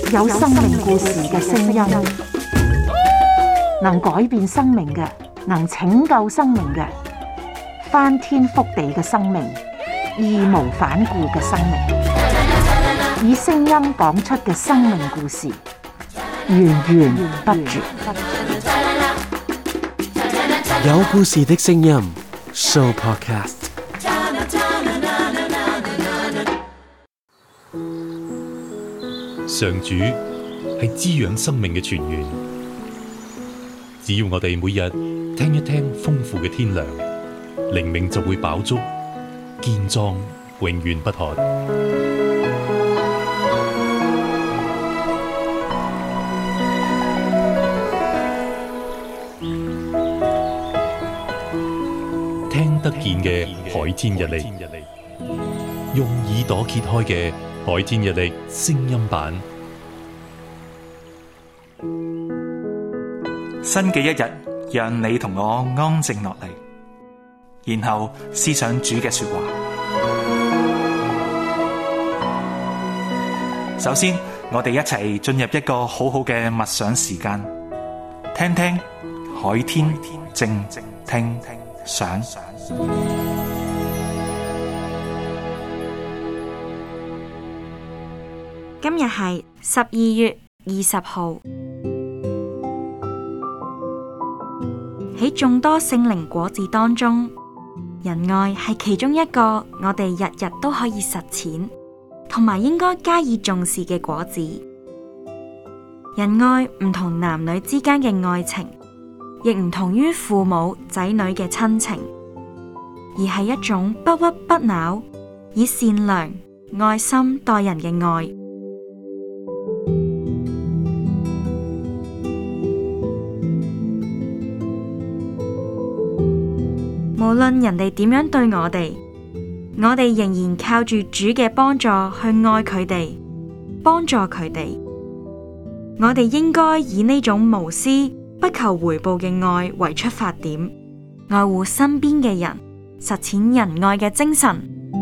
有生命故事嘅聲音，能改變生命嘅，能拯救生命嘅，翻天覆地嘅生命，義無反顧嘅生命，以聲音講出嘅生命故事，源源不絕。 有故事的聲音 Show Podcast。 上主係滋養生命嘅泉源，只要我哋每日聽一聽豐富嘅天糧，靈命就會飽足，健壯永遠不渴。聽得見嘅海天日曆，用耳朵揭開嘅海天日曆聲音版。 新嘅一日，讓你同我安靜落嚟，然後思想主嘅說話。首先，我哋一齊進入一個好好嘅默想時間，聽聽海天靜聽想。 今日係12月20號。喺眾多聖靈果子當中，仁愛係其中一個我哋日日都可以實踐，同埋應該加以重視嘅果子。仁愛唔同男女之間嘅愛情，亦唔同於父母仔女嘅親情，而係一種不屈不撓，以善良、愛心待人嘅愛。無論人哋點樣對我哋仍然靠住主嘅幫助去愛佢哋，幫助佢哋。我哋應該以呢種無私、不求回報嘅愛為出發點，愛護身邊嘅人，實踐仁愛嘅精神。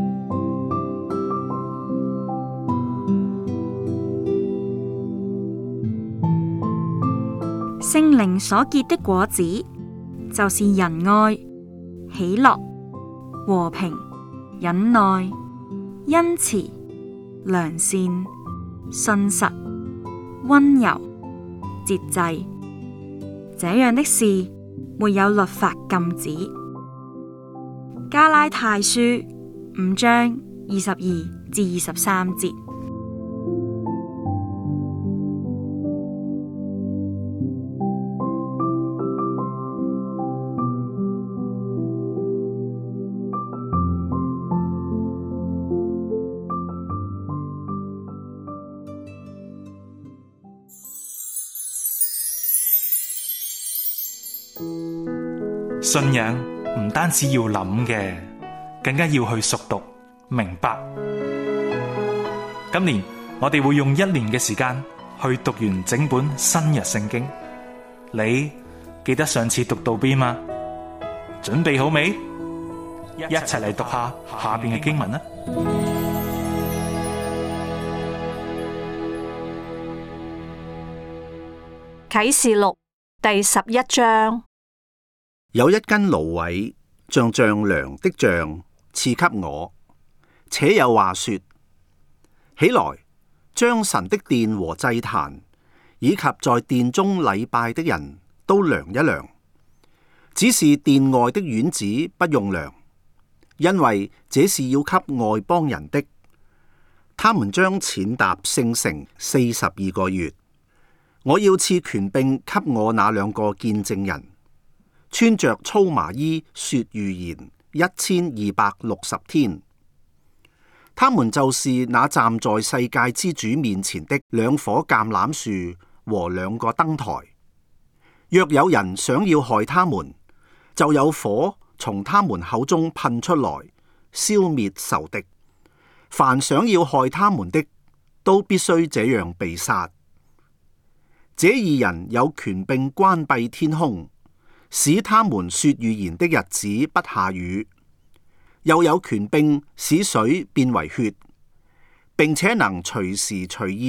聖靈所結的果子，就是仁愛、喜樂、和平、忍耐、恩慈、良善、信實、溫柔、節制。這樣的事沒有律法禁止。加拉太書5章22至23節。 信仰唔單止要諗嘅，更加要去熟讀明白。今年我哋會用1年嘅時間去讀完整本新約聖經。你記得上次讀到邊嗎？準備好未？一齊嚟讀下下邊嘅經文啦。 啟示錄第11章。 有一根蘆葦像丈量的杖賜給我，且有話說：起來，將神的殿和祭壇，以及在殿中禮拜的人都量一量。只是殿外的院子不用量，因為這是要給外邦人的。他們將踐踏聖城42個月。我要賜權柄給我那2個見證人，穿着粗麻衣說預言1260天。他們就是那站在世界之主面前的2棵橄欖樹和2個燈台。若有人想要害他們，就有火從他們口中噴出來，消滅仇敵。凡想要害他們的，都必須這樣被殺。這2人有權柄關閉天空，使他們說預言的日子不下雨，又有權柄使水變為血，並且能隨時隨意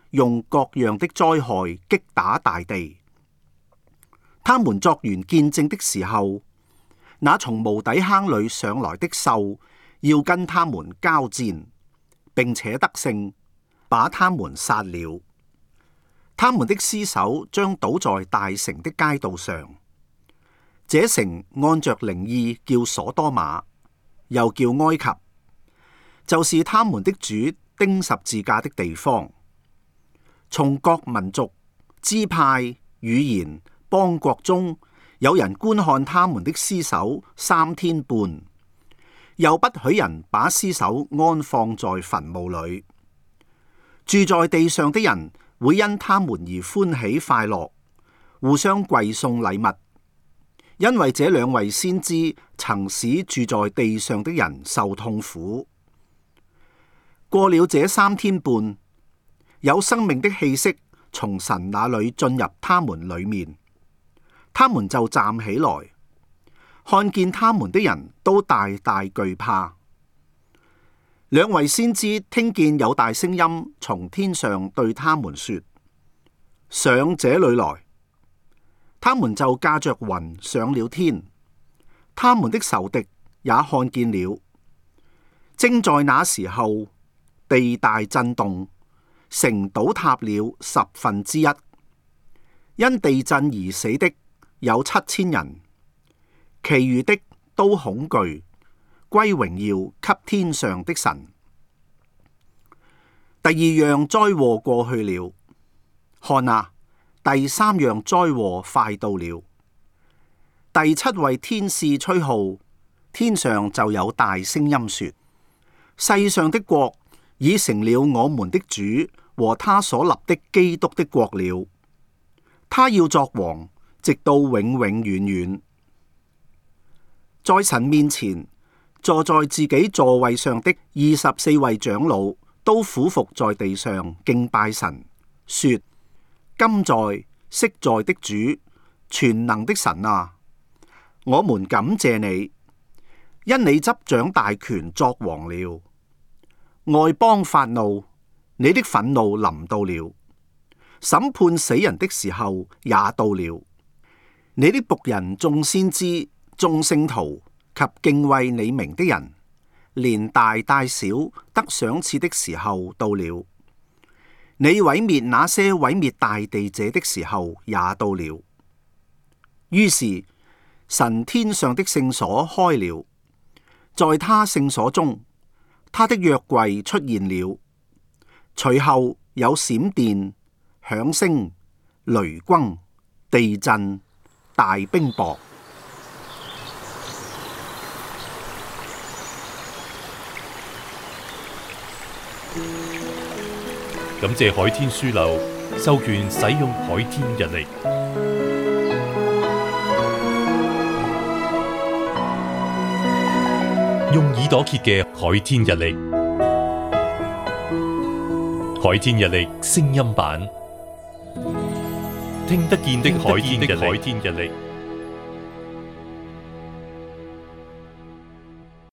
用各樣的災害擊打大地。他們作完見證的時候，那從無底坑裏上來的獸要跟他們交戰，並且得勝，把他們殺了。他們的屍首將倒在大城的街道上。這城按着靈意叫所多瑪，又叫埃及，就是他們的主釘十字架的地方。從各民族、支派、語言、邦國中，有人觀看他們的屍首3天半，又不許人把屍首安放在墳墓裏。住在地上的人會因他們而歡喜快樂，互相饋送禮物，因為這兩位先知曾使住在地上的人受痛苦。過了這3天半，有生命的氣息從神那裏進入他們裏面，他們就站起來，看見他們的人都大大懼怕。兩位先知聽見有大聲音從天上對他們說：上這裏來。他們就駕着雲上了天，他們的仇敵也看見了。正在那時候，地大震動，城倒塌了1/10，因地震而死的有7000人，其餘的都恐懼，歸榮耀給天上的神。第二樣災禍過去了，看啊！第3樣災禍快到了。第7位天使吹號，天上就有大聲音說：世上的國已成了我們的主和他所立的基督的國了。他要作王，直到永永遠遠。在神面前，坐在自己座位上的24位長老都俯伏在地上敬拜神，說：今在昔在的主，全能的神啊，我們感謝你，因你執掌大權作王了。外邦發怒，你的憤怒臨到了，審判死人的時候也到了。你的僕人眾先知、眾聖徒及敬畏你名的人，連大帶小得賞賜的時候到了。你毀滅那些毀滅大地者的時候也到了。於是神天上的聖所開了，在他聖所中，他的約櫃出現了。隨後有閃電、響聲、雷轟、地震、大冰雹。 感謝海天書樓授權使用海天日曆，用耳朵揭嘅海天日曆，海天日曆聲音版，聽得見的海天日曆。